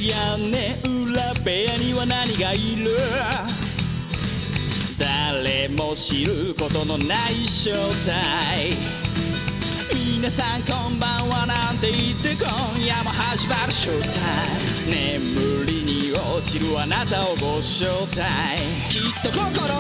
屋根裏部屋には何がいる？誰も知ることのない正体。皆さんこんばんはなんて言って今夜も始まるショータイム。眠りに落ちるあなたをご招待。きっと心の宝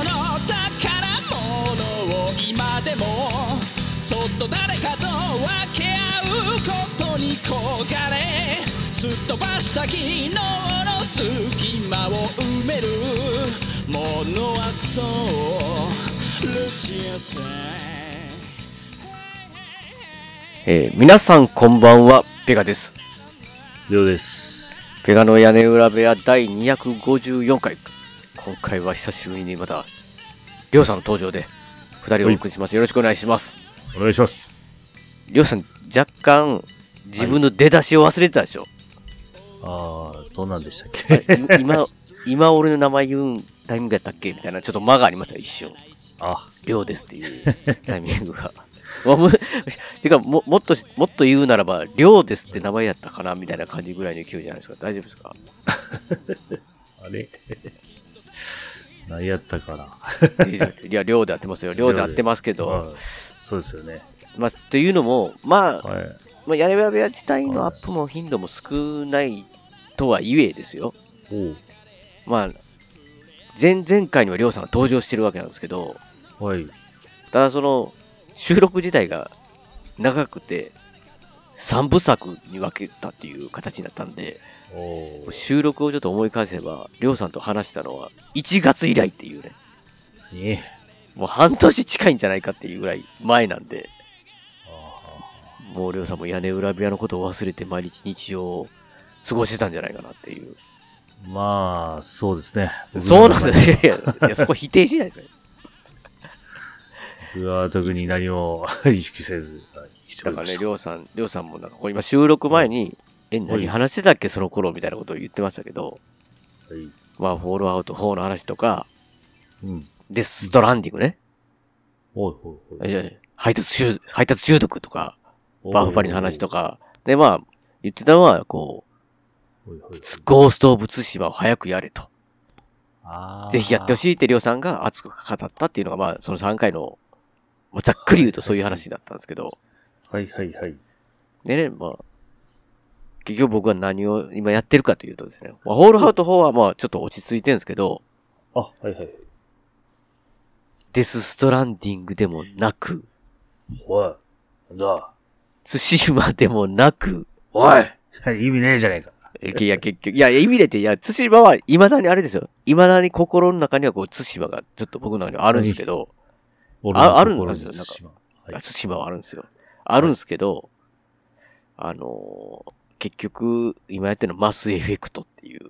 物を今でもそっと誰かと分け合うことに焦がれ、すっ飛ばした昨日の隙間を埋めるものはそうルチアさん。皆さんこんばんは、ペガです。 りょうです。 ペガの屋根裏部屋第254回。今回は久しぶりにまたりょうさんの登場で2人をお送りします。よろしくお願いします。 お願いします。 りょうさん若干自分の出だしを忘れてたでしょ。 どうなんでしたっけ今俺の名前言うタイミングやったっけみたいなちょっと間がありましたよ、一瞬。りょうですっていうタイミングがてかもっと言うならばりょうですって名前やったかなみたいな感じぐらいの勢いじゃないですか。大丈夫ですか？ あれ何やったかな。 いや、りょうで合ってますよ。りょうで合ってますけど、 そうですよね。 まあというのもまあ、 はい、 まあ、屋根裏部屋自体のアップも頻度も少ないとはいえですよ。まあ前回にはりょうさんが登場してるわけなんですけど、 はい、 ただその収録自体が長くて3部作に分けたっていう形になったんで、収録をちょっと思い返せばりょうさんと話したのは1月以来っていうね、もう半年近いんじゃないかっていうぐらい前なんで、もうりょうさんも屋根裏部屋のことを忘れて毎日日常を過ごしてたんじゃないかなっていう。 まあそうですね。 そうなんですよ。いやそこ否定しないですよ。 僕は特に何も意識せずだからね、りょうさんもなんか今収録前に何話してたっけその頃みたいなことを言ってましたけど、まあフォールアウト4の話とか、デスストランディングね、配達中毒とか、バーフパリの話とかで、まあ言ってたのはこうゴーストオブツシマを早くやれと、ぜひやってほしいってりょうさんが熱く語ったっていうのが、まあその3回のざっくり言うとそういう話だったんですけど、でね、まあ結局僕は何を今やってるかというとですね、ホールアウト4はまあちょっと落ち着いてるんですけど、デスストランディングでもなく、ツシマでもなく、 意味ねえじゃねえか。 いや結局、いや意味でて、いやツシマは未だにあれですよ。未だに心の中にはこうツシマがちょっと僕の中にはあるんですけど、あるんですよ。なんかツシマはあるんですよ。あるんですけど、結局今やってるのマスエフェクトっていう。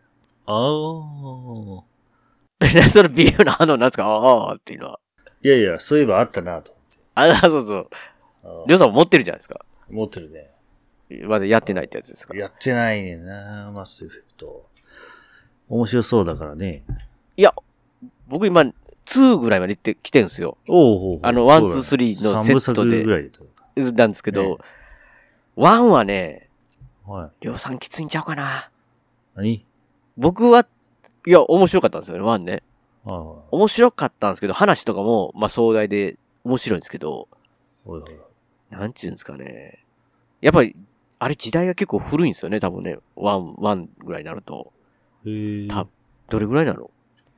その微妙ななんですかっていうのは。 いや、そういえばあったなと思って。そうそう。りょうさんも持ってるじゃないですか。 持ってるね。 まだやってないってやつですか？ やってないねんな、マスエフェクト。面白そうだからね。 いや、僕今、2ぐらいまで行ってきてるんですよ。1、2、3のセットで。 ぐらいなんですけど、1はね、りょうさんきついんちゃうかな。 何？ 僕は、いや、面白かったんですよね、1ね。面白かったんですけど、話とかも、まあ壮大で面白いんですけど、なんちゅうんですかね。やっぱり、あれ時代が結構古いんですよね、多分ね。1ぐらいになると。どれぐらいなの？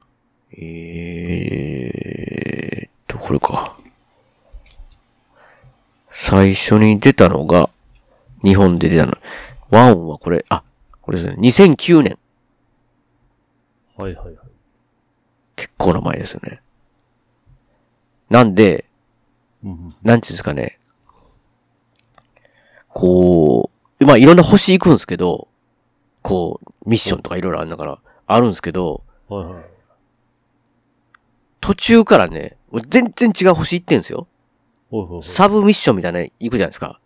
これか。最初に出たのが、日本で出たの。1はこれ、これですね。2009年。結構な前ですよね。なんで、なんていうんですかね。こう、まあいろんな星行くんですけど、こう、ミッションとかいろいろあるんだから、あるんですけど、途中からね、全然違う星行ってんですよ。サブミッションみたいなの行くじゃないですか。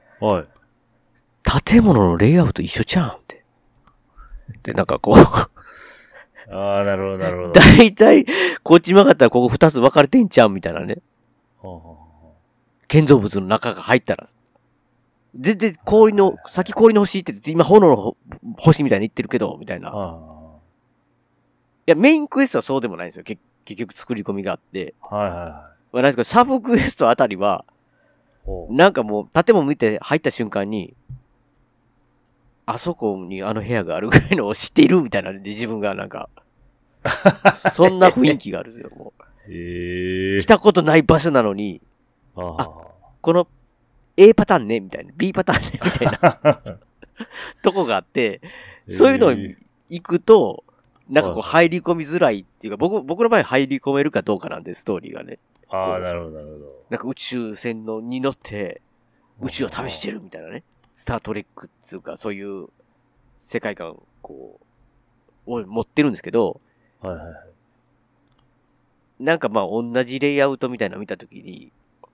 建物のレイアウト一緒ちゃうんって。で、なんかこうなるほど。 だいたい、こっち曲がったらここ2つ分かれてんちゃうみたいなね。建造物の中が入ったら。 全然先氷の星って言って、今炎の星みたいに言ってるけど、みたいな。いや、メインクエストはそうでもないんですよ。結局作り込みがあって。 はいはいはい。 なんですけど、サブクエストあたりは、なんかもう、建物見て入った瞬間に、あそこにあの部屋があるぐらいのを知っているみたいなんで、自分がなんか、そんな雰囲気があるんですよ、もう。来たことない場所なのに、この A パターンね、みたいな、B パターンね、みたいな、とこがあって、そういうの行くと、なんかこう入り込みづらいっていうか、僕の場合入り込めるかどうかなんで、ストーリーがね。 なるほど、なるほど。 なんか宇宙船に乗って、宇宙を旅してるみたいなね。スタートレックっていうか、そういう世界観を持ってるんですけど、 はいはいはい。 なんかまあ同じレイアウトみたいなの見たときに、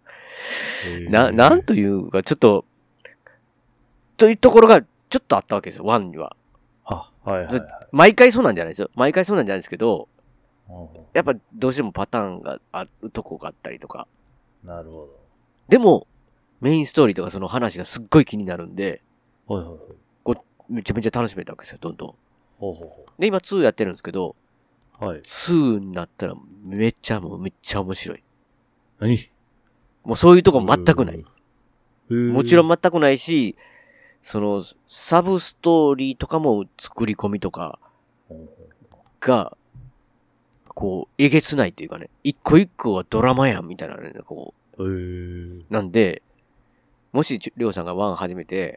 なんというか、ちょっと、というところがちょっとあったわけですよ、1には。 はいはいはい。 毎回そうなんじゃないですよ。毎回そうなんじゃないですけど、やっぱどうしてもパターンがあるとこがあったりとか。 なるほど。 でも、メインストーリーとかその話がすっごい気になるんで、めちゃめちゃ楽しめたわけですよ、どんどん。で、今2やってるんですけど、2になったらめっちゃ面白い。 何？ もうそういうとこ全くない。もちろん全くないし、その、サブストーリーとかも作り込みとかが、こう、えげつないっていうかね、一個一個はドラマやんみたいなね、こう。なんで、もし、りょうさんが1始めて、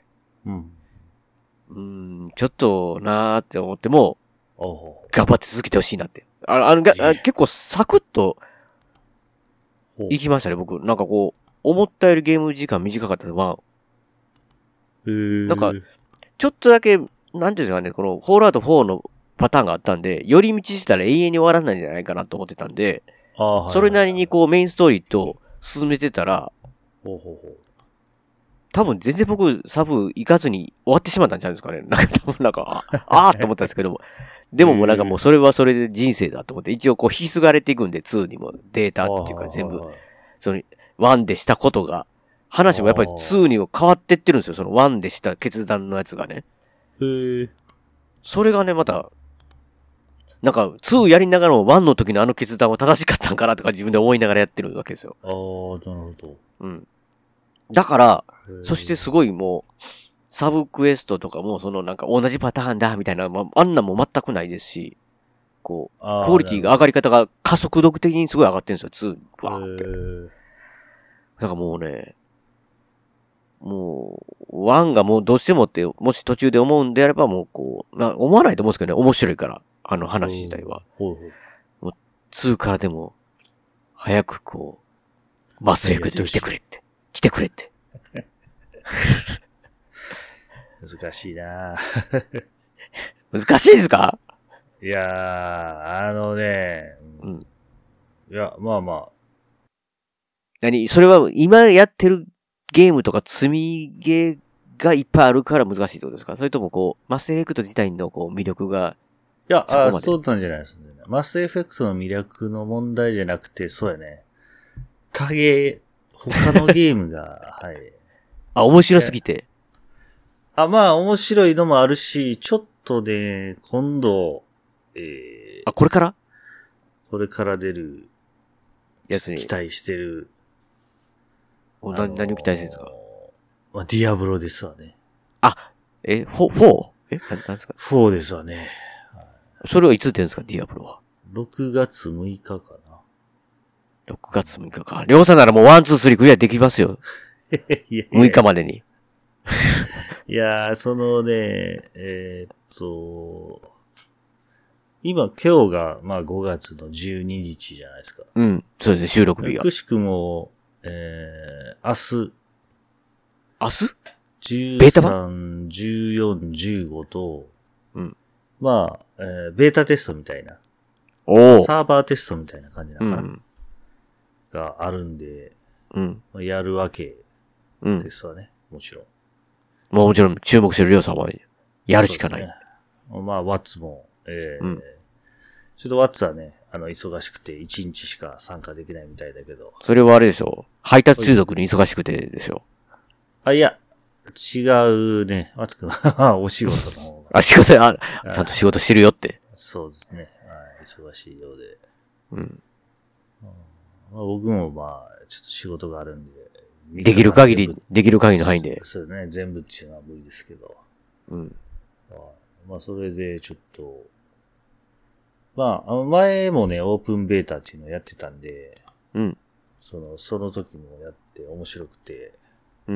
ちょっとなーって思っても、頑張って続けてほしいなって。結構サクッと、行きましたね、僕。なんかこう、思ったよりゲーム時間短かったです、1。なんか、ちょっとだけ、なんていうんですかね、この、フォールアウト4のパターンがあったんで、寄り道したら永遠に終わらないんじゃないかなと思ってたんで、それなりにこう、メインストーリーと進めてたら、多分全然僕、サブ行かずに終わってしまったんじゃないですかね。なんか多分なんか、あーって思ったんですけども。でももうなんかもうそれはそれで人生だと思って、一応こう引き継がれていくんで、2にもデータっていうか全部、その、1でしたことが、話もやっぱり2にも変わってってるんですよ。その1でした決断のやつがね。それがね、また、なんか2やりながらも1の時のあの決断は正しかったんかなとか自分で思いながらやってるわけですよ。 なるほど。 だから、そしてすごいもう、サブクエストとかも、そのなんか同じパターンだみたいな、あんなも全くないですし、こう、クオリティが上がり方が加速度的にすごい上がってるんですよ、2、わーって。だからもうね、もう、1がもうどうしてもって、もし途中で思うんであればもうこう、思わないと思うんですけどね、面白いから、あの話自体は。もう2からでも、早くこう、マスエクで来てくれって。来てくれって。 難しいな難しいですか？ いやー、いや、まあまあ。 それは今やってるゲームとか積みゲーがいっぱいあるから難しいってことですか？それともこう、マスエフェクト自体のこう魅力が。 いや、そうなんじゃないですね。マスエフェクトの魅力の問題じゃなくて、そうやね。他のゲームが、はい。 面白すぎて。 まあ、面白いのもあるし、ちょっとね、今度、 これから出る、 やつに。 期待してる。 何を期待してるんですか？ ディアブロですわね。 4？ 何ですか？ 4 ですわね。 それはいつ出るんですか、ディアブロは。 6月6日かな。 6月6日か。りょうさんならもう1、2、3クリアできますよ。6日までに。 いやー、そのね、今が、まあ5月の12日じゃないですか。 そうですね、収録日が。 くしくも、明日明日 ?13、14、15と、まあ、ベータテストみたいな。サーバーテストみたいな感じなのかな、があるんで、やるわけですわね、もちろん。 もちろん注目してるりょうさんはやるしかない。ね、 まあ、ワッツも、ちょっとワッツはね、忙しくて1日しか参加できないみたいだけど。 それはあれでしょ。配達中毒に忙しくてでしょ。 いや、 違うね。あつくんはお仕事の方が。 仕事ちゃんと仕事してるよって。 そうですね。忙しいようで。 うん。 僕もちょっと仕事があるんで。 できる限りの範囲で。 そうね。全部っていうのは無理ですけど。 うん。 それでちょっと、前もね、オープンベータっていうのをやってたんで、 うん。 その時もやって面白くて、 うん。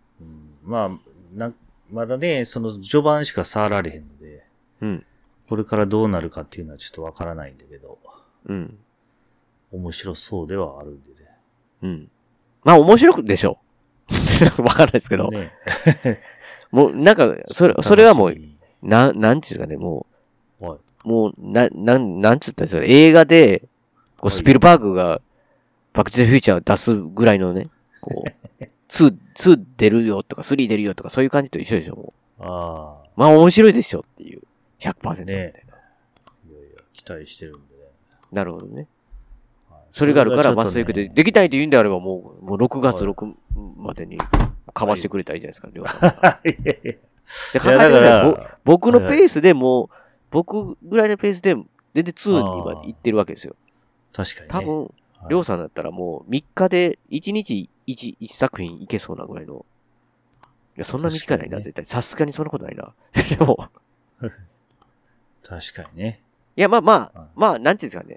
まだね、その序盤しか触られへんので、 うん。 これからどうなるかっていうのはちょっとわからないんだけど、 うん。 面白そうではあるんでね。 うん。面白くでしょう。わかんないですけど。ね、もう、なんか、それはもう、なんていうんですかね、もう、なんつったんですか、映画で、スピルバーグが、バックトゥザフューチャーを出すぐらいのね、2出るよとか、3出るよとか、そういう感じと一緒でしょ、もう。面白いでしょっていう。100%みたいな。いやいや、 期待してるんでね。 なるほどね。それがあるから、そういうで、できないと言うんであれば、もう6月6までにかましてくれたらいいじゃないですか、りょうさんが。で、考えてください。僕のペースでも、僕ぐらいのペースで、全然2には行ってるわけですよ。 確かに、ね。 多分、りょうさんだったらもう3日で1日1作品いけそうなぐらいの。いや、そんな短いないな、絶対。さすがにそんなことないな。でも。 確かにね。 いや、なんていうんですかね。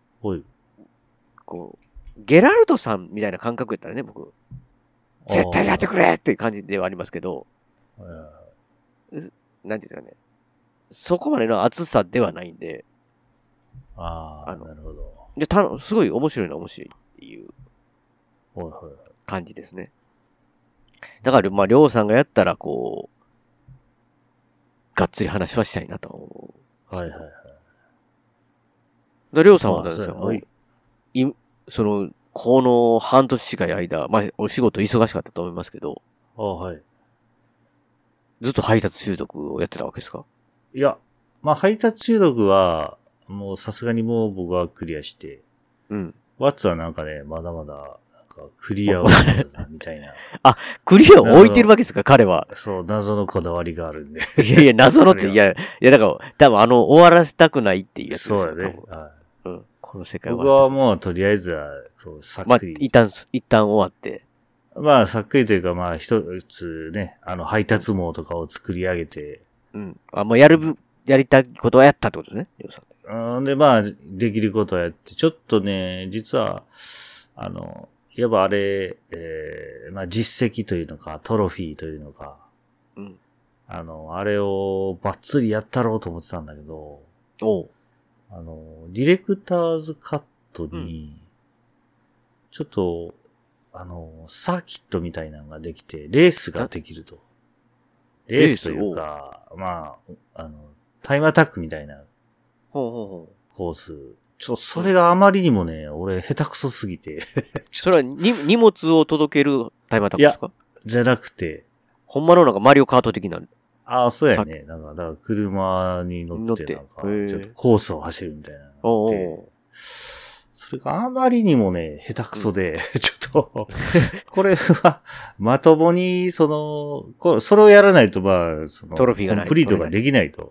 ゲラルトさんみたいな感覚やったらね、僕。絶対やってくれっていう感じではありますけど。なんていうんですかね。そこまでの熱さではないんで。 なるほど。 すごい面白いっていう感じですね。だから、りょうさんがやったら、がっつり話はしたいなと思う。はいはいはい。りょうさんは何ですか、この半年近い間、お仕事忙しかったと思いますけど。 はい。 ずっと配達中毒をやってたわけですか？ いや、配達中毒は、もうさすがにもう僕はクリアして。 うん。 ワッツはなんかね、まだまだ、クリアをみたいな。 クリアを置いてるわけですか、彼は。 そう、謎のこだわりがあるんで。 いや、謎のって、いや、だから、多分終わらせたくないっていうやつですよ。 そうだね。 うん。この世界は。 僕はもう、とりあえずは、さっくり。 一旦終わって。 さっくりというか、一つね、配達網とかを作り上げて。 うん。やりたいことはやったってことね、ヨウさん。で、できることはやって、ちょっとね、実は、いわばあれ、実績というのか、トロフィーというのか、 うん。 あれをバッツリやったろうと思ってたんだけど、ディレクターズカットに、ちょっと、サーキットみたいなのができて、レースができると。レースというか、タイムアタックみたいなコース。それがあまりにもね、俺下手くそすぎて。 それは荷物を届けるタイムアタックですか？ じゃなくて。 ほんまのなんかマリオカート的な。 そうやね。だから車に乗ってなんか、ちょっとコースを走るみたいな。それがあまりにもね、下手くそで、ちょっと、これは、まともに、それをやらないと、 トロフィーがない。 コンプリートができないと。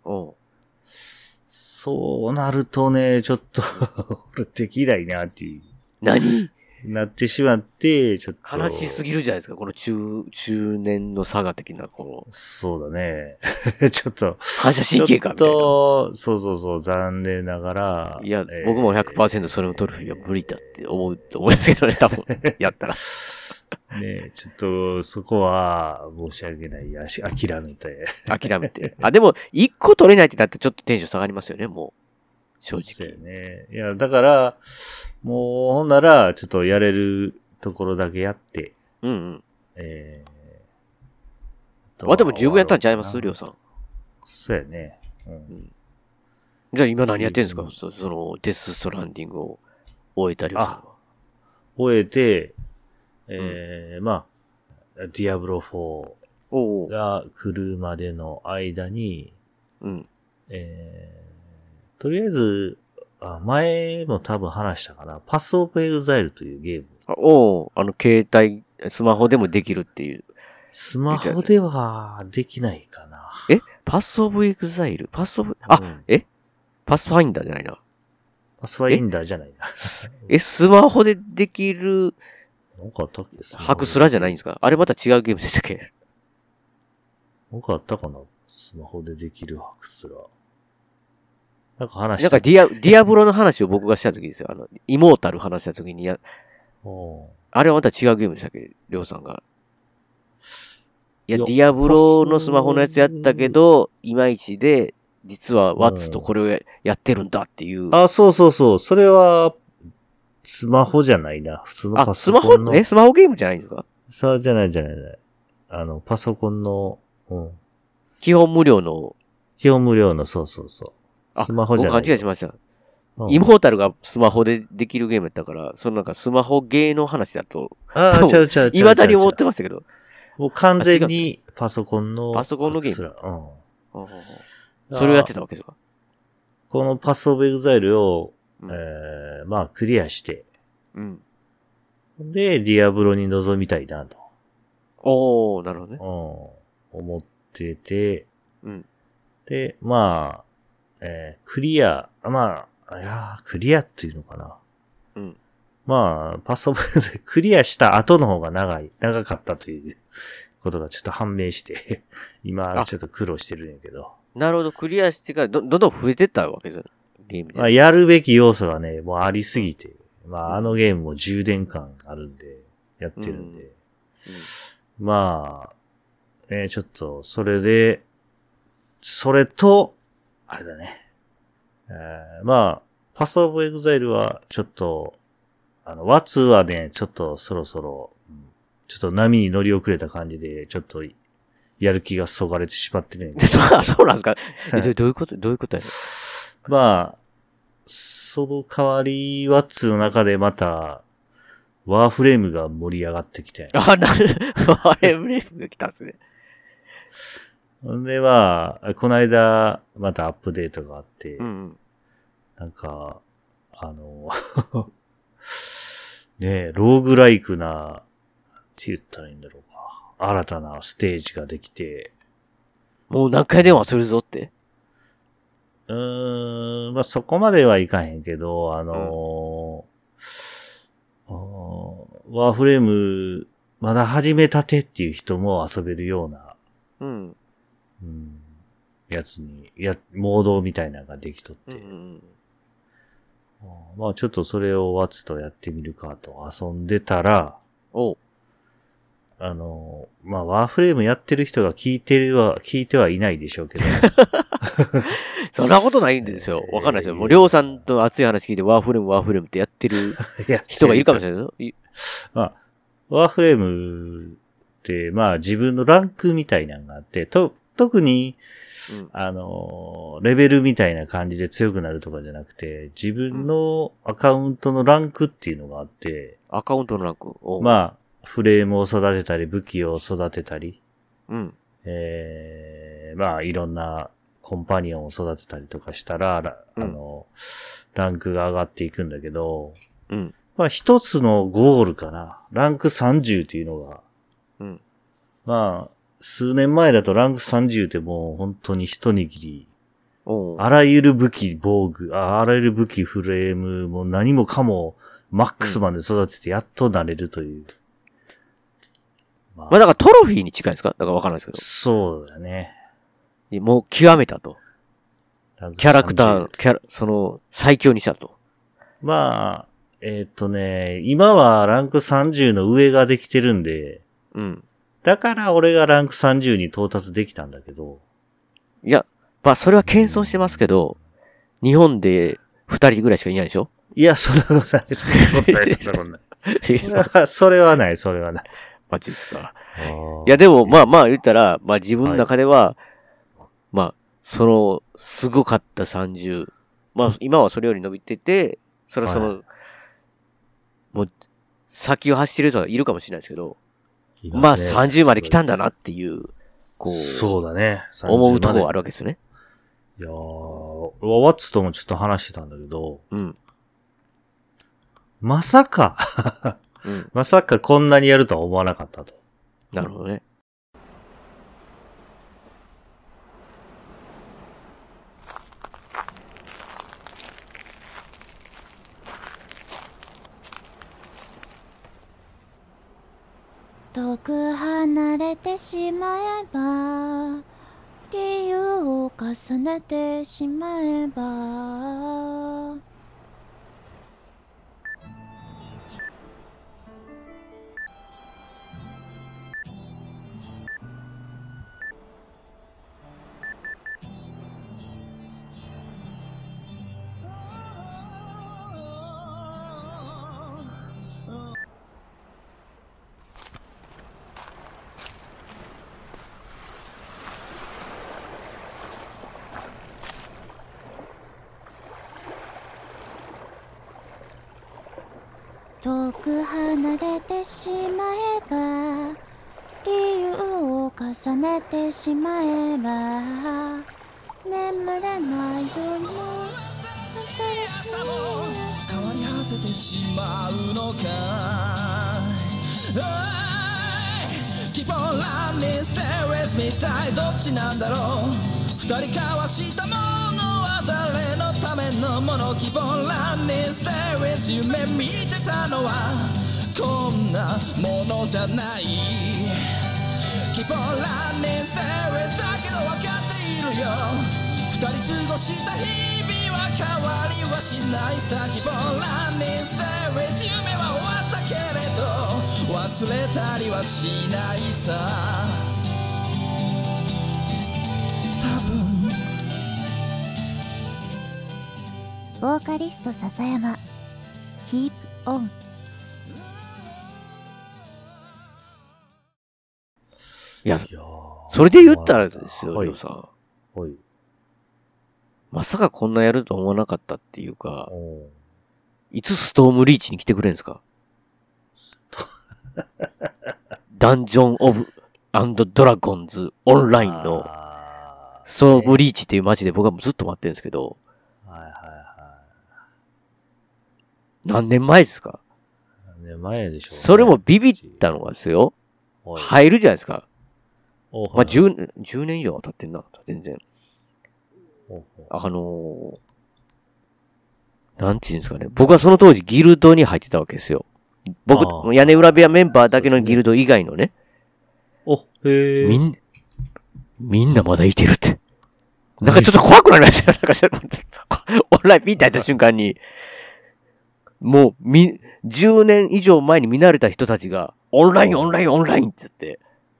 そうなるとね、ちょっと、俺できないなっていう。 何？ なってしまって、ちょっと。 悲しすぎるじゃないですか、この中年の差が的な、 そうだね。ちょっと。 反射神経かみたいな。 そう、残念ながら。 いや、僕も 100% それのトロフィーは無理だって思いますけどね、多分。やったら。 ねえ、ちょっと、そこは、申し訳ない。諦めて。 諦めて。でも、1個取れないってなってちょっとテンション下がりますよね、もう。正直。 そうね。いや、だから、もう、ほんなら、ちょっとやれるところだけやって。 うんうん。でも十分やったんちゃいますりょうさん。 そうやね。うん。 じゃあ今何やってんですか？その、デスストランディングを終えたりょうさんは。 終えて、ディアブロ4が来るまでの間に、とりあえず、前も多分話したかな。パスオブエグザイルというゲーム。 携帯、スマホでもできるっていう。 スマホではできないかな。 パスオブエグザイルパスファインダーじゃないな。 パスファインダーじゃないな。 スマホでできる、 なんかあったっけ？ ハクスラじゃないんですか？あれまた違うゲームでしたっけ？ なんかあったかな？スマホでできるハクスラ。なんか話した。なんかディアブロの話を僕がした時ですよ。イモータル話した時にあれはまた違うゲームでしたっけ？りょうさんが。ディアブロのスマホのやつやったけど、いまいちで、実はワッツとこれをやってるんだっていう。 そうそうそう。それは、スマホじゃないな。普通のパソコンの。 スマホゲームじゃないんですか？ そうじゃない。パソコンの、 基本無料の、 そう。スマホじゃない。 僕勘違いしました。イモータルがスマホでできるゲームやったから、そのなんかスマホゲーの話だと。 ちゃう。 未だに思ってましたけど。 もう完全にパソコンのゲーム。それをやってたわけですか？ このパスオブエグザイルを、クリアして。で、ディアブロに臨みたいなと。 なるほどね。 思ってて。で、クリア、クリアっていうのかな。パスオブエグザイルクリアした後の方が長かったということがちょっと判明して、今ちょっと苦労してるんやけど。 なるほど、クリアしてからどんどん増えてったわけです。ゲームで。 やるべき要素がね、もうありすぎて。あのゲームも10年間あるんで、やってるんで。ちょっと、それと、あれだね。パスオブエグザイルは、ちょっと、ワツはね、ちょっとそろそろ、ちょっと波に乗り遅れた感じで、ちょっと、やる気がそがれてしまってるんで。 そうなんですか？どういうことやね？ その代わり、ワッツの中でまた、ワーフレームが盛り上がってきて。 ワーフレームが来たんですね。 で、この間、またアップデートがあって、なんか、ねえ、ローグライクな、って言ったらいいんだろうか。新たなステージができて。 もう何回でもするぞって。 そこまではいかへんけど、ワーフレーム、まだ始めたてっていう人も遊べるような、やつに、モードみたいなのができとって。ちょっとそれをワッツとやってみるかと遊んでたら、ワーフレームやってる人が聞いてはいないでしょうけど。 そんなことないんですよ。わかんないですよ。もう、りょうさんと熱い話聞いてワーフレームってやってる人がいるかもしれないですよ。 ワーフレームって、自分のランクみたいなのがあって、特に、レベルみたいな感じで強くなるとかじゃなくて、自分のアカウントのランクっていうのがあって、 アカウントのランク？ フレームを育てたり、武器を育てたり、いろんなコンパニオンを育てたりとかしたら、ランクが上がっていくんだけど、一つのゴールかな。ランク30っていうのが、数年前だとランク30ってもう本当に一握り、あらゆる武器、防具、あらゆる武器、フレーム、もう何もかもマックスまで育ててやっとなれるという。 だからトロフィーに近いんですか？だからわからないですけど。 そうだね。 もう極めたと。キャラクター、最強にしたと。 今はランク30の上ができてるんで、だから俺がランク30に到達できたんだけど。 いや、それは謙遜してますけど、日本で2人ぐらいしかいないでしょ？ いや、そんなことない。それはない。 マジですか。いや、でも、言ったら、自分の中では、すごかった30。今はそれより伸びてて、もう、先を走ってる人はいるかもしれないですけど、30まで来たんだなっていう、 そうだね。 思うところがあるわけですよね。 いやー、ワッツともちょっと話してたんだけど、まさかこんなにやるとは思わなかったと。 なるほどね。 遠く離れてしまえば理由を重ねてしまえば遠く離れてしまえば理由を重ねてしまえば眠れない夜も新しい変わり果ててしまうのかKeep on running, stay with me 一体どっちなんだろう二人交わしたものは誰のためのもの Keep on running, stay with 夢見てたのはこんなものじゃない Keep on running, stay with だけど分かっているよ二人過ごした日々は変わりはしないさ Keep on running, stay with 夢は終わったけれど忘れたりはしないさ多分ボーカリスト笹山 Keep on いや、それで言ったらですよ、りょうさん。 はい。 まさかこんなやると思わなかったっていうか、いつストームリーチに来てくれんすかダンジョンオブ&ドラゴンズオンラインのストームリーチっていう街で僕はずっと待ってるんですけど、何年前ですか何年前でしょうね。 それもビビったのがですよ、入るじゃないですか。まあ、10年以上は経ってんな、全然。なんていうんですかね。僕はその当時ギルドに入ってたわけですよ。僕、屋根裏部屋メンバーだけのギルド以外のね。みんなまだいてるって。なんかちょっと怖くなりましたよ。なんかオンラインピンって入った瞬間に、もう10年以上前に見慣れた人たちが、オンラインって言って。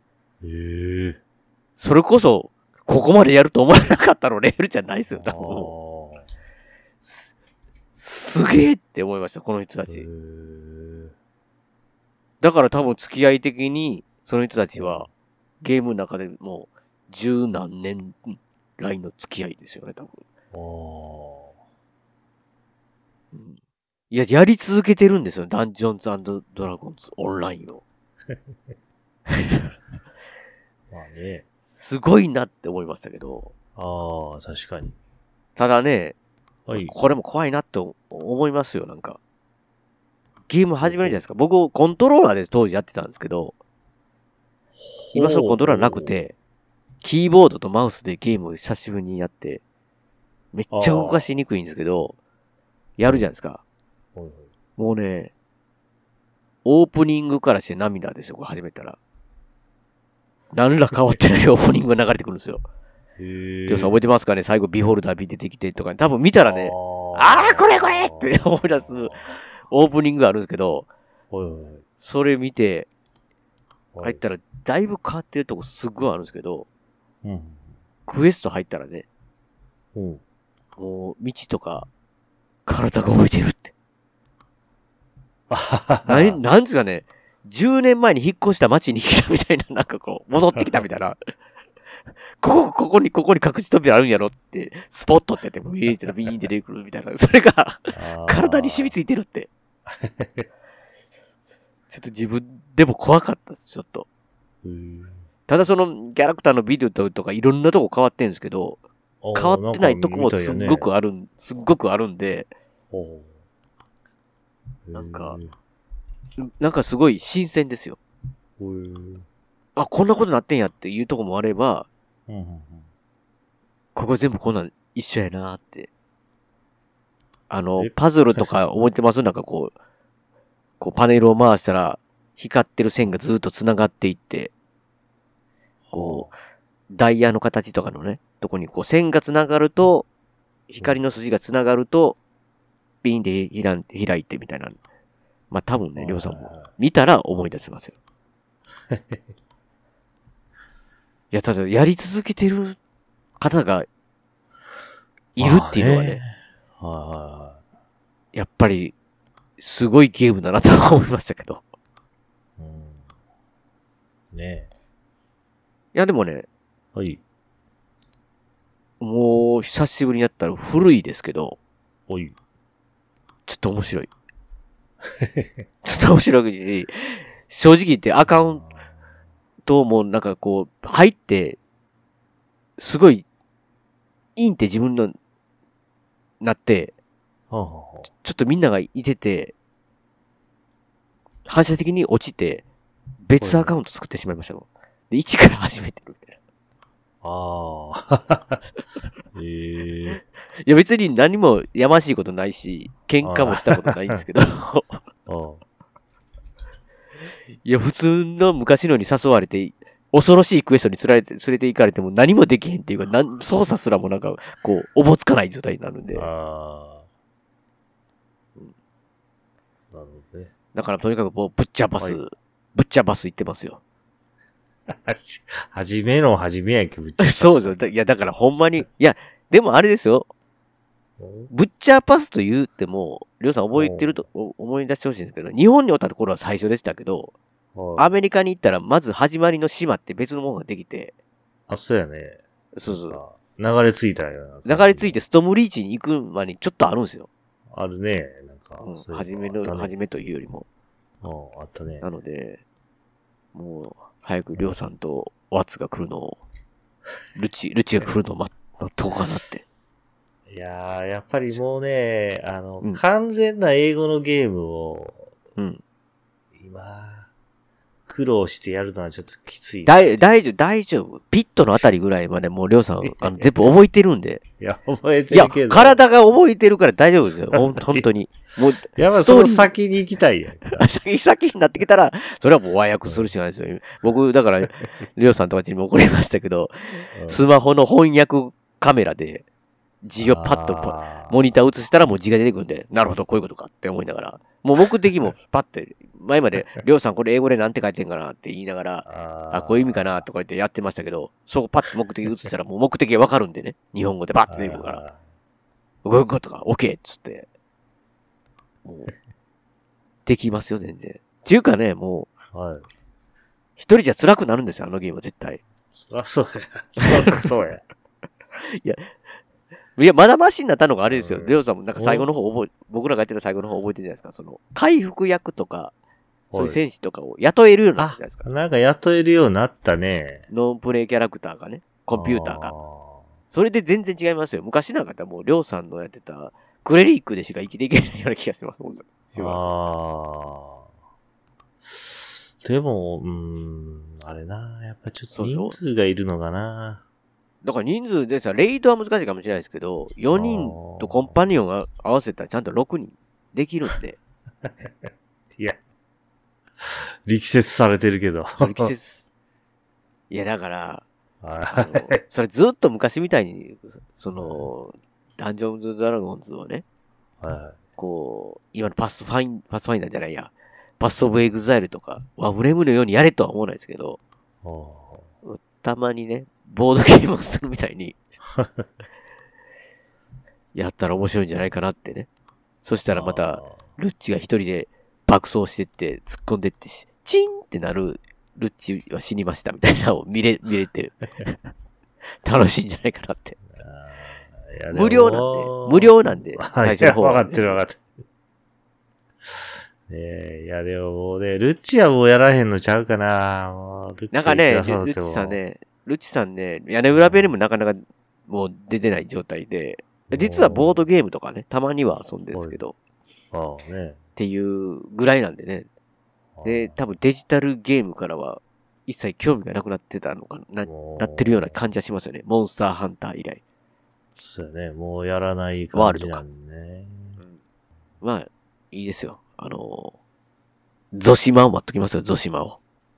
それこそ、ここまでやると思わなかったのレールじゃないですよ、多分。すげえって思いました、この人たち。だから多分付き合い的に、その人たちは、ゲームの中でもう、十何年来の付き合いですよね、多分。いや、やり続けてるんですよ、ダンジョンズ&ドラゴンズオンラインを。 まあね。 すごいなって思いましたけど。 確かに。 ただね、 はい、 これも怖いなって思いますよ、なんか。ゲーム始めるじゃないですか。僕、コントローラーで当時やってたんですけど、今そのコントローラーなくて、キーボードとマウスでゲームを久しぶりにやって、めっちゃ動かしにくいんですけど、やるじゃないですか。もうね、オープニングからして涙ですよ、これ始めたら。何ら変わってないオープニングが流れてくるんですよ。りょうさん覚えてますかね、最後ビホルダービ出てきてとか、ね、多分見たらね、これって思い出すオープニングがあるんですけど、それ見て、入ったらだいぶ変わってるとこすっごいあるんですけど、クエスト入ったらね、もう道とか体が動いてるって。なんですかね、10年前に引っ越した街に来たみたいな、なんかこう、戻ってきたみたいな。ここに隠し扉あるんやろって、スポットってやってビーンって出てくるみたいな。それが、体に染みついてるって。ちょっと自分でも怖かったです、ちょっと。ただそのキャラクターのビデオとかいろんなとこ変わってるんですけど、変わってないとこもすっごくあるんで、なんかすごい新鮮ですよ。こんなことなってんやっていうとこもあれば、ここ全部こんなん一緒やなーって。パズルとか覚えてます？なんかこうパネルを回したら、 光ってる線がずっと繋がっていって、こう、ダイヤの形とかのね、とこにこう線が繋がると、光の筋が繋がると、ピンで開いてみたいな。まあ多分ね、りょうさんも見たら思い出せますよ。いや、ただやり続けてる方がいるっていうのはね、やっぱりすごいゲームだなと思いましたけど。 ねえ。 いやでもね、 はい。 もう久しぶりにやったら古いですけど、 はい。 ちょっと面白い。ちょっと面白いし、正直言ってアカウントもなんかこう、入って、すごい、いいんって自分の、なって、ちょっとみんながいてて、反射的に落ちて、別アカウント作ってしまいましたもん。で、一から始めてるみたいな。いや別に何もやましいことないし、喧嘩もしたことないんですけど。いや、普通の昔のに誘われて、恐ろしいクエストに連れて行かれても何もできへんっていうか、操作すらもなんか、こう、おぼつかない状態になるんで。 なるほどね。 だからとにかくもう、ぶっちゃバス行ってますよ。 はじめのはじめやんけ、ぶっちゃバス。 そうですよ。いや、だからほんまに、いや、でもあれですよ。ブッチャーパスと言っても、りょうさん覚えてると、思い出してほしいんですけど、日本におったところは最初でしたけど、アメリカに行ったら、まず始まりの島って別のものができて。 あ、そうやね。 そうそう。 流れ着いたよな。流れ着いてストームリーチに行くまでにちょっとあるんですよ。 あるね。なんか、 初めというよりも。 あったね。 なので、もう、早くりょうさんとワッツが来るのを、ルチが来るのを待っとこうかなって。 いやー、やっぱりもうね、完全な英語のゲームを、今、苦労してやるのはちょっときつい。 大丈夫。ピットのあたりぐらいまでもうりょうさん、全部覚えてるんで。 いや、覚えてるけど。いや、 体が覚えてるから大丈夫ですよ。本当に。もう、 やっぱその先に行きたいやん。 先になってきたら、それはもう和訳するしかないですよ。僕、だから、りょうさんとかにも怒りましたけど、スマホの翻訳カメラで、字をパッとモニター映したらもう字が出てくるんで、なるほど、こういうことかって思いながら、もう目的もパッて、前まで、りょうさんこれ英語でなんて書いてんかなって言いながら、こういう意味かなとか言ってやってましたけど、そこパッと目的映したらもう目的がわかるんでね、日本語でパッと出てくるから、こういうことか、OK! っつって、もう、できますよ、全然。っていうかね、もう、一人じゃ辛くなるんですよ、あのゲームは絶対。 そうや。そうや。 いや、まだマシになったのがあれですよ。りょうさんもなんか最後の方僕らがやってた最後の方覚えてるじゃないですか。その、回復役とか、そういう戦士とかを雇えるようになったじゃないですか。 なんか雇えるようになったね。 ノンプレイキャラクターがね、コンピューターが。それで全然違いますよ。昔なんかもうりょうさんのやってた、クレリックでしか生きていけないような気がします。 でも、あれな、やっぱちょっと人数がいるのかな。 だから人数でさ、レイドは難しいかもしれないですけど、4人とコンパニオンが合わせたらちゃんと6人できるんで。 いや、力説されてるけど。 力説。いや、だから、それずっと昔みたいに、その、ダンジョンズ・ドラゴンズをね、こう、今のパスファインダーじゃないや、パスオブエグザイルとか、ワブレムのようにやれとは思わないですけど、たまにね、ボードゲームをするみたいに、やったら面白いんじゃないかなってね。そしたらまた、ルッチが一人で爆走してって、突っ込んでって、チンってなる、ルッチは死にましたみたいなのを見れて、楽しいんじゃないかなって。無料なんで、 最初の方は、ね。わかってる。いや、でももうね、ルッチはもうやらへんのちゃうかな。 なんかね、ルッチさんね、屋根裏部屋にもなかなかもう出てない状態で、実はボードゲームとかね、たまには遊んでるんですけど、っていうぐらいなんでね。で、多分デジタルゲームからは一切興味がなくなってたのかなってるような感じはしますよね。モンスターハンター以来。 そうね、もうやらない感じなんね。 まあ、いいですよ。 ゾシマを待っときますよ、ゾシマを。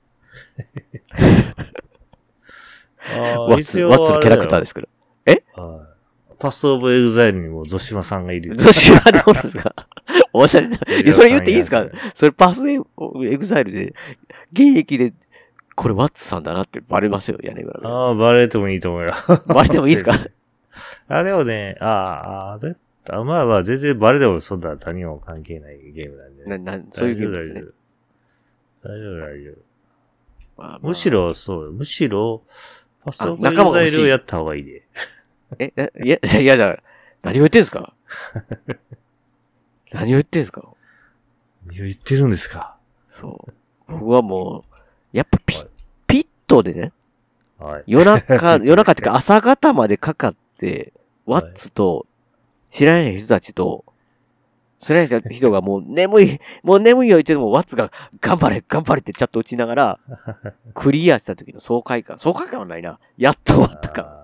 ワッツのキャラクターですけど。 パスオブエグザイルにもゾシマさんがいる。 ゾシマでおるんですか？おしゃれな。それ言っていいですか？それパスオブエグザイルで、現役で、これワッツさんだなってバレますよ、屋根裏で。 バレてもいいと思うよ。 バレてもいいですか？ でもね、まあ、全然バレてもそんな他人も関係ないゲームなんで。 そういうゲームですね。 大丈夫。むしろ、パスオブエグザイルをやった方がいいで。 いやだ、何を言ってんすか？何を言ってんすか？ 何を言ってるんですか？ そう。僕はもう、やっぱピットでね、 はい、 夜中っていうか朝方までかかって、ワッツと知らない人たちと、知らない人がもう眠いよ言っても、ワッツが頑張れってチャット打ちながら、クリアした時の爽快感はないな。やっと終わったか。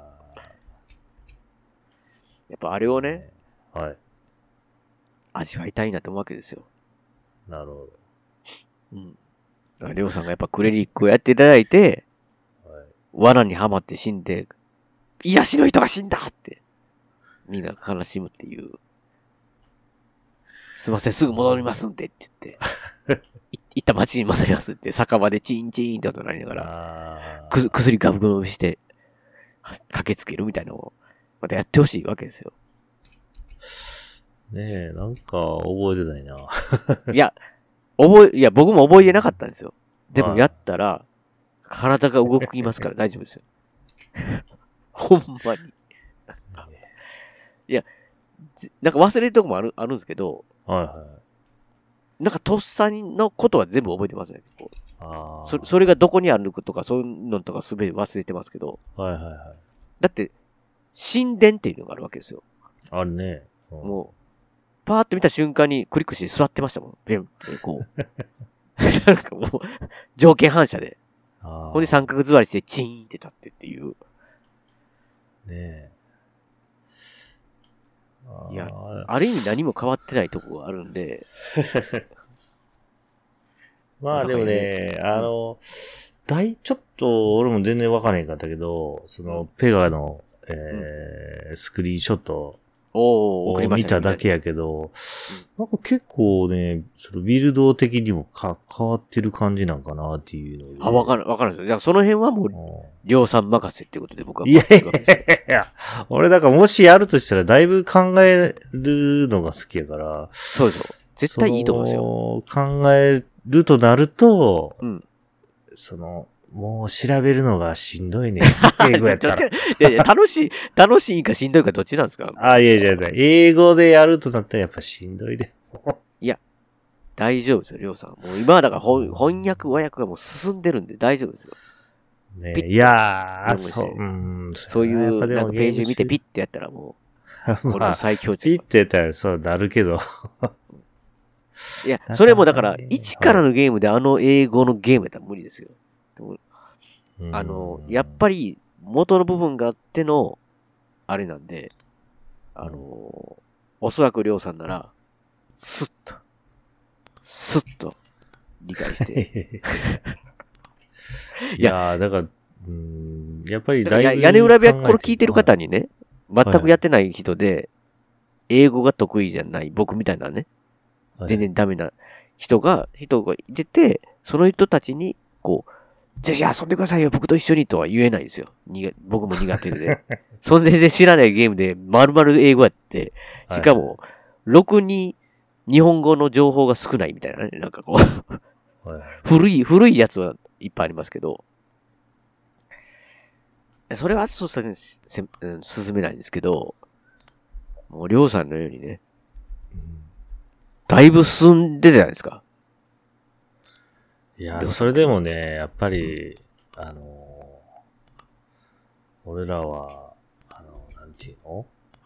やっぱあれをね、 はい。 味わいたいなと思うわけですよ。 なるほど。 うん。だから、りょうさんがやっぱクレリックをやっていただいて、はい、罠にはまって死んで、癒しの人が死んだって、みんな悲しむっていう。すいません、すぐ戻りますんでって言って、行った街に戻りますって、酒場でチーンチーンって音鳴りながら、薬ガブガブして、駆けつけるみたいなのを、またやってほしいわけですよ。 ねえ、なんか覚えてないな。 いや、僕も覚えてなかったんですよ。でもやったら、体が動きますから大丈夫ですよ。ほんまに。いや、なんか忘れるとこもあるんですけど、 はいはい。 なんかとっさのことは全部覚えてますね。それがどこにあるのかとか、そういうのとかすべて忘れてますけど。 はいはいはい。 だって、神殿っていうのがあるわけですよ。 あるね。 もう、パーって見た瞬間にクリックして座ってましたもん。ビュンってこう。なんかもう、条件反射で。ほんで三角座りしてチーンって立ってっていう。 ねえ。 いや、ある意味何も変わってないとこがあるんで。 まあでもね、ちょっと俺も全然わからへんかったけど、そのペガの、スクリーンショットを見ただけやけど、なんか結構ね、そのビルド的にも変わってる感じなんかなっていうの。 わかるんですよ。だからその辺はもう、りょうさん任せっていうことで僕は。 いや、俺だからもしやるとしたらだいぶ考えるのが好きやから。 そうですよ。絶対いいと思うんですよ。 考えるとなると、もう調べるのがしんどいね。英語やったら。 いや、楽しいかしんどいかどっちなんですか？ いや、英語でやるとなったらやっぱしんどいで。 いや、大丈夫ですよ、りょうさん。もう今はだから翻訳、和訳がもう進んでるんで大丈夫ですよ。 ね、いやー、そういうなんかページ見てピッてやったらもう、これ最強ピッてやったらそうなるけど。 いや、それもだから、一からのゲームで英語のゲームやったら無理ですよ。やっぱり元の部分があっての、あれなんで、おそらくりょうさんなら、スッと、理解して。 いやだから、やっぱりだいぶ屋根裏部屋これ聞いてる方にね、全くやってない人で、英語が得意じゃない僕みたいなね、全然ダメな人がいてて、その人たちに、こう、ぜひ遊んでくださいよ、僕と一緒にとは言えないんですよ。僕も苦手で。それで知らないゲームで丸々英語やって、しかも、ろくに日本語の情報が少ないみたいなね、なんかこう、古いやつはいっぱいありますけど、それはそうさね、進めないんですけど、もうりょうさんのようにね、だいぶ進んでたじゃないですか。 いや、それでもね、やっぱり、俺らは、なんていうの？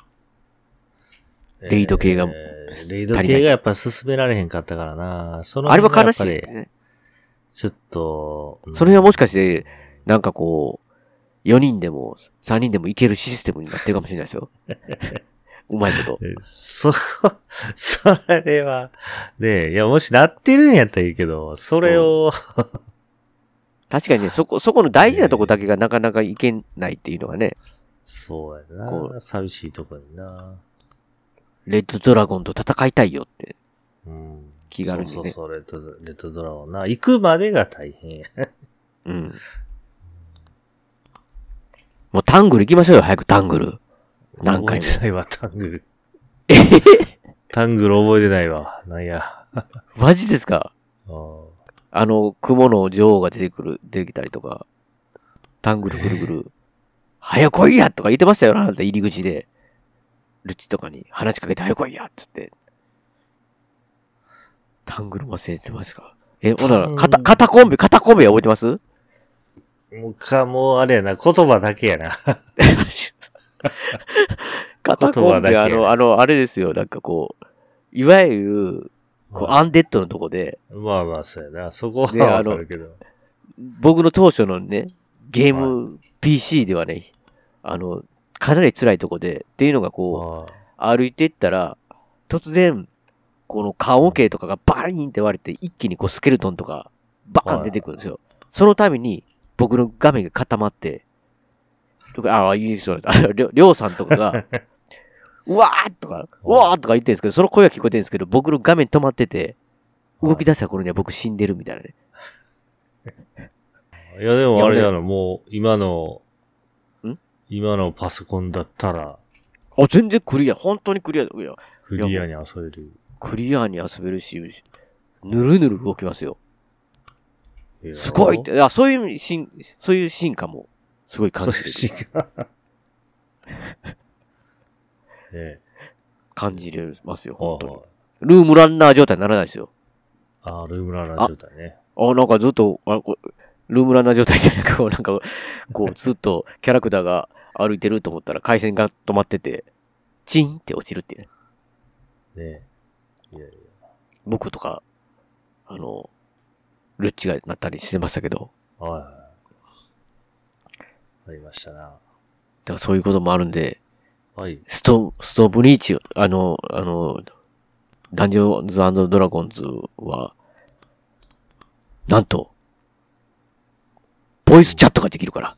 レイド系が、 レイド系がやっぱ進められへんかったからな。 あれは悲しいですね。 ちょっと、 それはもしかして、なんかこう、4人でも3人でもいけるシステムになってるかもしれないですよ。 うまいこと。 それは、ねえ、いや、もしなってるんやったらいいけど、それを、 確かにね、そこの大事なとこだけがなかなかいけないっていうのがね。 そうやな。寂しいとこにな。 レッドドラゴンと戦いたいよって。気があるんでね。 そう、レッドドラゴンな。行くまでが大変や。 うん。もうタングル行きましょうよ、早くタングル。何回も。 覚えてないわ、タングル。タングル覚えてないわ。なんや。 マジですか？雲の女王が出てきたりとか、タングルぐるぐる、早来いやとか言ってましたよ、あなた入り口で。ルチとかに話しかけて早来いやっつって。タングル忘れてますか？ほら、肩コンビ覚えてます？ もうあれやな、言葉だけやな。 肩コンビ、あれですよ、なんかこう、いわゆる、アンデッドのとこで。 まあ、そうやな。そこはわかるけど。 僕の当初のね、ゲーム PC ではね、かなり辛いとこで、っていうのがこう、歩いていったら、突然、この棺桶とかがバーンって割れて、一気にこうスケルトンとか、バーン出てくるんですよ。そのために、僕の画面が固まって、いいそうだ。りょうさんとかが、うわーとか、うわーとか言ってるんですけど、その声は聞こえてるんですけど、僕の画面止まってて、動き出した頃には僕死んでるみたいなね。 いや、でもあれじゃない、もう、今のパソコンだったら。 全然クリア、本当にクリア。 クリアに遊べる。 クリアに遊べるし、ぬるぬる動きますよ。すごいって、そういう進化も、すごい感じる。そういう進化感じれますよ、本当に。ルームランナー状態にならないですよ。 ルームランナー状態ね。 なんかずっと、ルームランナー状態じゃなく、なんか、こう、ずっとキャラクターが歩いてると思ったら回線が止まってて、チンって落ちるっていうね。 ねえ。いや。 僕とか、ルッチがなったりしてましたけど。 ありましたな。だからそういうこともあるんで、 はい。 ストブリーチ、ダンジョンズ&ドラゴンズは、なんと、ボイスチャットができるから。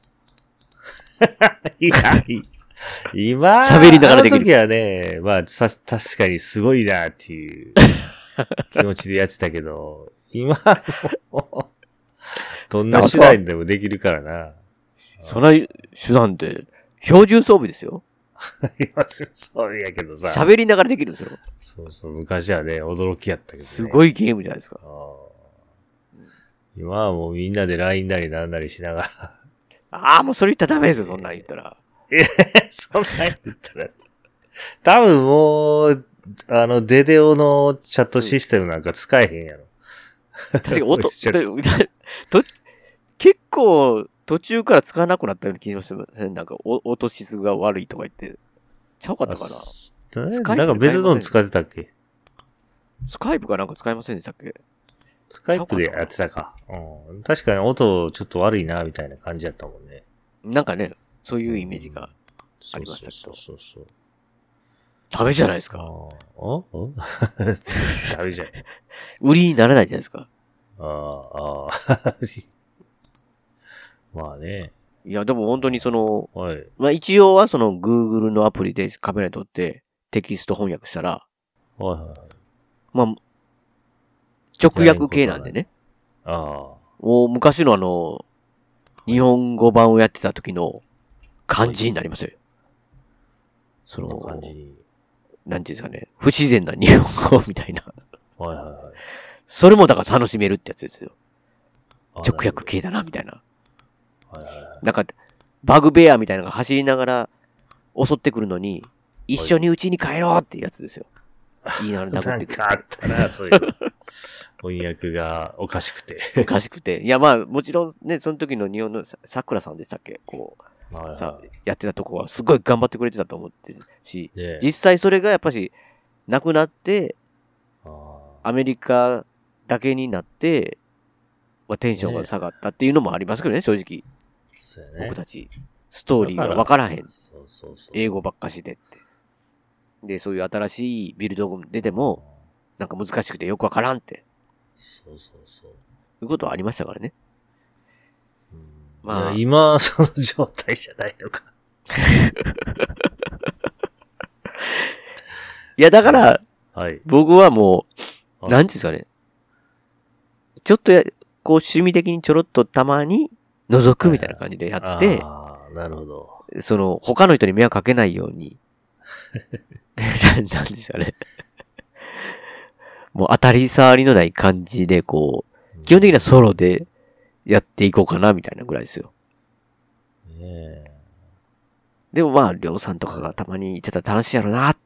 今、 喋りながらできる。 あの時はね、まあ、確かにすごいなっていう気持ちでやってたけど、今も、どんな手段でもできるからな。 そんな手段って標準装備ですよ。 標準装備やけどさ。 喋りながらできるんですよ。 そう、昔はね、驚きやったけどね。 すごいゲームじゃないですか。 今はもうみんなで LINE なりなんなりしながら。もうそれ言ったらダメですよ、そんなん言ったら。 そんなん言ったら。多分もう、デデオのチャットシステムなんか使えへんやろ。 確かに結構途中から使わなくなったような気がしますね。なんか音質が悪いとか言って。ちゃうかったかな。 なんか別の使ってたっけ？ スカイプかなんか使いませんでしたっけ？ スカイプでやってたか。確かに音ちょっと悪いな、みたいな感じやったもんね。 なんかね、そういうイメージがありましたけど。 そう。 ダメじゃないですか。 ダメじゃん。 売りにならないじゃないですか。 まあね。 いや、でも本当にはい。 まあ一応はGoogle のアプリでカメラに撮ってテキスト翻訳したら、まあ、直訳系なんでね。もう昔の日本語版をやってた時の感じになりますよ。 その感じ。 なんていうんですかね。不自然な日本語みたいな。 はい。 それもだから楽しめるってやつですよ。直訳系だな、みたいな。なんか、バグベアみたいなのが走りながら襲ってくるのに、一緒に家に帰ろうっていうやつですよ。言いながら殴ってくる。 なんかあったな、そういう。翻訳がおかしくて。 おかしくて。いや、まあ、もちろんね、その時の日本の桜さんでしたっけやってたとこはすごい頑張ってくれてたと思ってるし、実際それがやっぱし、なくなって、アメリカだけになって、テンションが下がったっていうのもありますけどね、正直。 そうやね。 僕たち、ストーリーがわからへん。 そう。 英語ばっかしでって。 で、そういう新しいビルドが出ても、なんか難しくてよくわからんって。 そうそうそう。 いうことはありましたからね。 まあ。今、その状態じゃないのか。 いや、だから、 はい、 僕はもう、なんていうんですかね。ちょっとこう趣味的にちょろっとたまに覗くみたいな感じでやって、 なるほど。 その、他の人に迷惑かけないように、なんですかね。もう当たり障りのない感じで、こう、基本的にはソロでやっていこうかな、みたいなぐらいですよ。でもまあ、りょうさんとかがたまに言ってたら楽しいやろなって。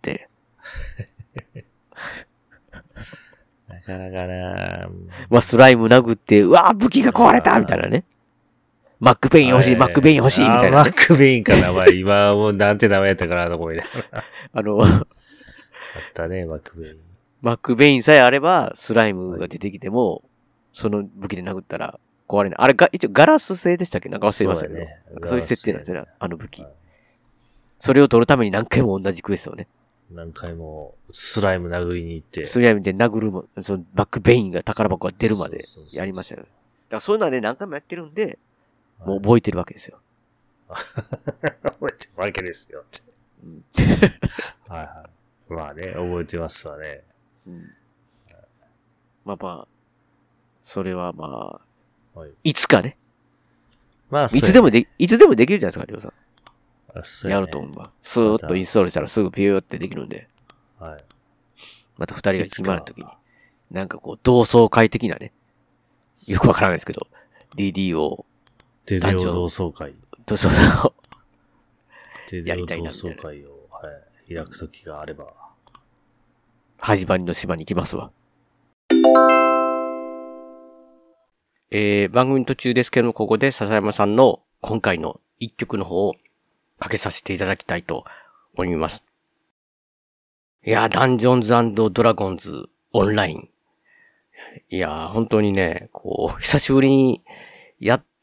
なかなかなまあ、スライム殴って、うわー武器が壊れたみたいなね。マックベイン欲しい、マックベイン欲しいみたいな、ね。 マックベインかな、まあ、今もうなんて名前やったかなと思いながら。あったね、マックベイン。 マックベインさえあれば、スライムが出てきても、その武器で殴ったら壊れない。あれが、一応ガラス製でしたっけ？なんか忘れましたけど。そういう設定なんですよね、あの武器。それを取るために何回も同じクエストをね。 何回もスライム殴りに行って。 スライムで殴るも、そのバックベインが宝箱が出るまでやりましたよ。だからそういうのはね、何回もやってるんで、もう覚えてるわけですよ。 覚えてるわけですよって。はいはい。まあね、覚えてますわね。 まあ、それはまあ、いつかね。まあ、いつでもできるじゃないですか、りょうさん。やると思うわ。スーッとインストールしたらすぐピューってできるんで。 はい。 また二人が暇な時に。なんかこう、同窓会的なね。よくわからないですけど、DDO。 デデオ同窓会。 デデオ同窓会を、はい、開く時があれば。 始まりの島に行きますわ。番組途中ですけども、ここで笹山さんの今回の一曲の方をかけさせていただきたいと思います。いや、ダンジョンズ&ドラゴンズオンライン。いや、本当にね、こう、久しぶりにやって、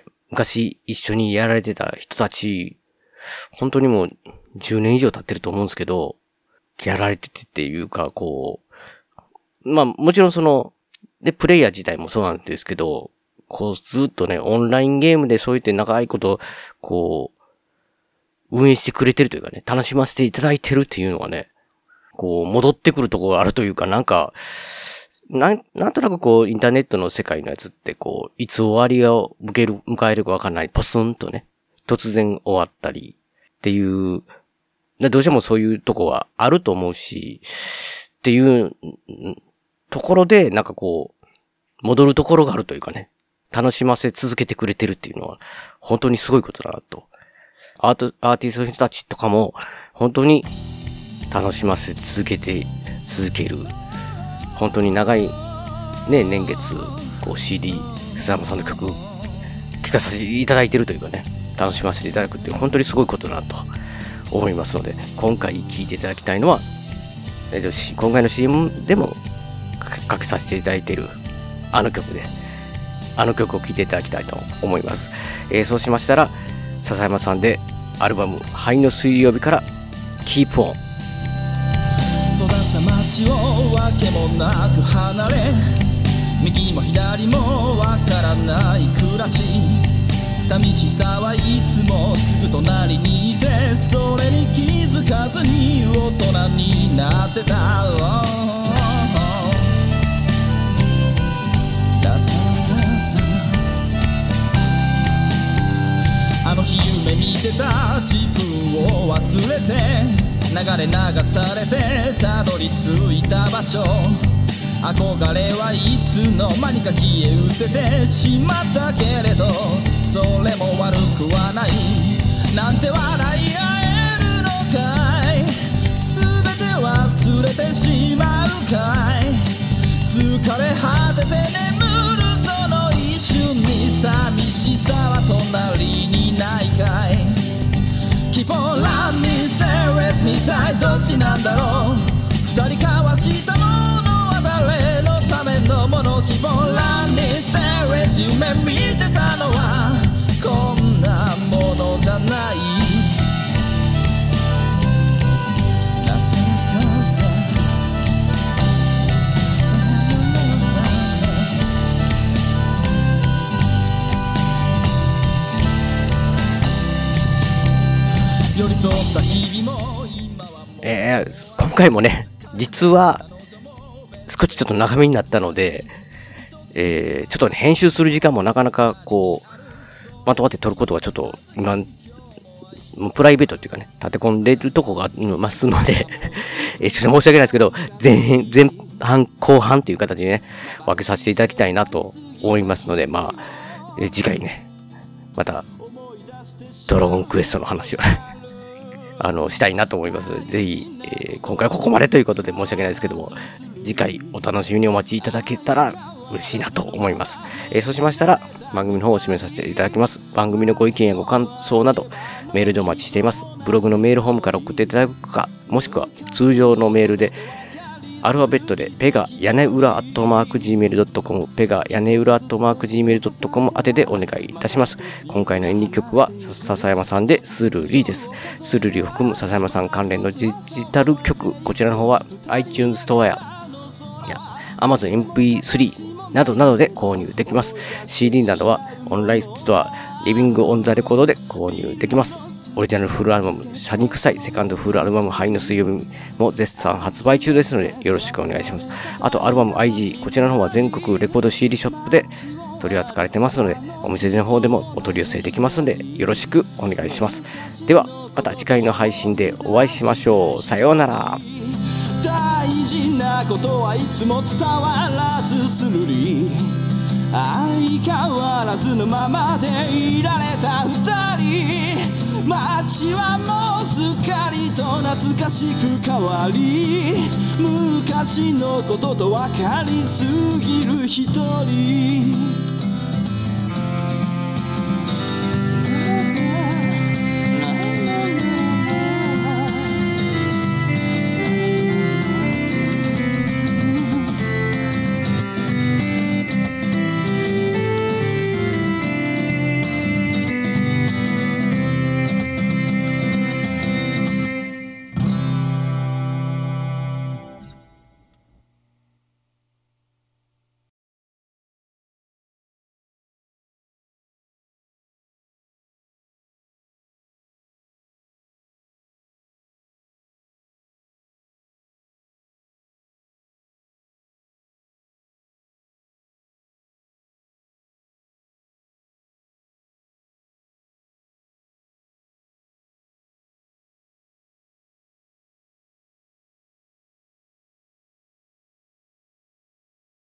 昔一緒にやられてた人たち、本当にもう10年以上経ってると思うんですけど、やられててっていうか、こう、まあもちろんその、で、プレイヤー自体もそうなんですけど、こうずっとね、オンラインゲームでそういって長いこと、こう、運営してくれてるというかね、楽しませていただいてるっていうのがね、こう、戻ってくるところがあるというか、なんか、なんとなくこう、インターネットの世界のやつって、こう、いつ終わりを迎えるかわかんない、ポスンとね、突然終わったり、っていう、どうしてもそういうとこはあると思うし、っていうところで、なんかこう、戻るところがあるというかね、楽しませ続けてくれてるっていうのは、本当にすごいことだなと。アーティストの人たちとかも、本当に楽しませ続ける。本当に長い、ね、年月、こう CD、笹山さんの曲、聴かさせていただいてるというかね、楽しませていただくっていう、本当にすごいことだなと思いますので、今回聴いていただきたいのは、今回の CM でもかけさせていただいている、あの曲で、あの曲を聴いていただきたいと思います。そうしましたら、笹山さんで、アルバム、灰の水曜日から、Keep On。 育った街をわけもなく離れ、右も左もわからない暮らし、寂しさはいつもすぐ隣にいて、それに気づかずに大人になってた。あの日夢見てた自分を忘れて、流れ流されてたどり着いた場所、憧れはいつの間にか消え失せてしまったけれど、それも悪くはない。なんて笑い合えるのかい、全て忘れてしまうかい、疲れ果てて眠るその一瞬に寂しさは隣にないかい。Keep on running, stay with me 一体どっちなんだろう、二人交わしたものは誰のためのもの。 Keep on running, stay with you 夢見てたのはこんなものじゃない。 今回もね、実は少しちょっと長めになったので、ちょっとね、編集する時間もなかなかこうまとまって撮ることがちょっと今プライベートっていうかね、立て込んでるとこがありますのでちょっと申し訳ないですけど、前半後半っていう形でね、分けさせていただきたいなと思いますので、まあ、次回ね、またドラゴンクエストの話をしたいなと思いますので、ぜひ、今回はここまでということで申し訳ないですけども、次回お楽しみにお待ちいただけたら嬉しいなと思います。そうしましたら番組の方を締めさせていただきます。番組のご意見やご感想などメールでお待ちしています。ブログのメールフォームから送っていただくか、もしくは通常のメールでアルファベットでペガ屋根裏@gmail.com ペガ屋根裏@gmail.com 宛てでお願いいたします。今回のエンディング曲は笹山さんでスルリです。スルリを含む笹山さん関連のデジタル曲、こちらの方は iTunes ストアやAmazon MP3 などなどで購入できます。CD などはオンラインストアリビングオンザレコードで購入できます。オリジナルフルアルバムシャニクサイセカンドフルアルバム灰の水曜日も絶賛発売中ですのでよろしくお願いします。あとアルバム IG こちらの方は全国レコード CD ショップで取り扱われてますので、お店の方でもお取り寄せできますのでよろしくお願いします。ではまた次回の配信でお会いしましょう。さようなら。 大事なことはいつも伝わらずするり、相変わらずのままでいられた二人、街はもうすっかりと懐かしく変わり、昔のことと分かりすぎる一人。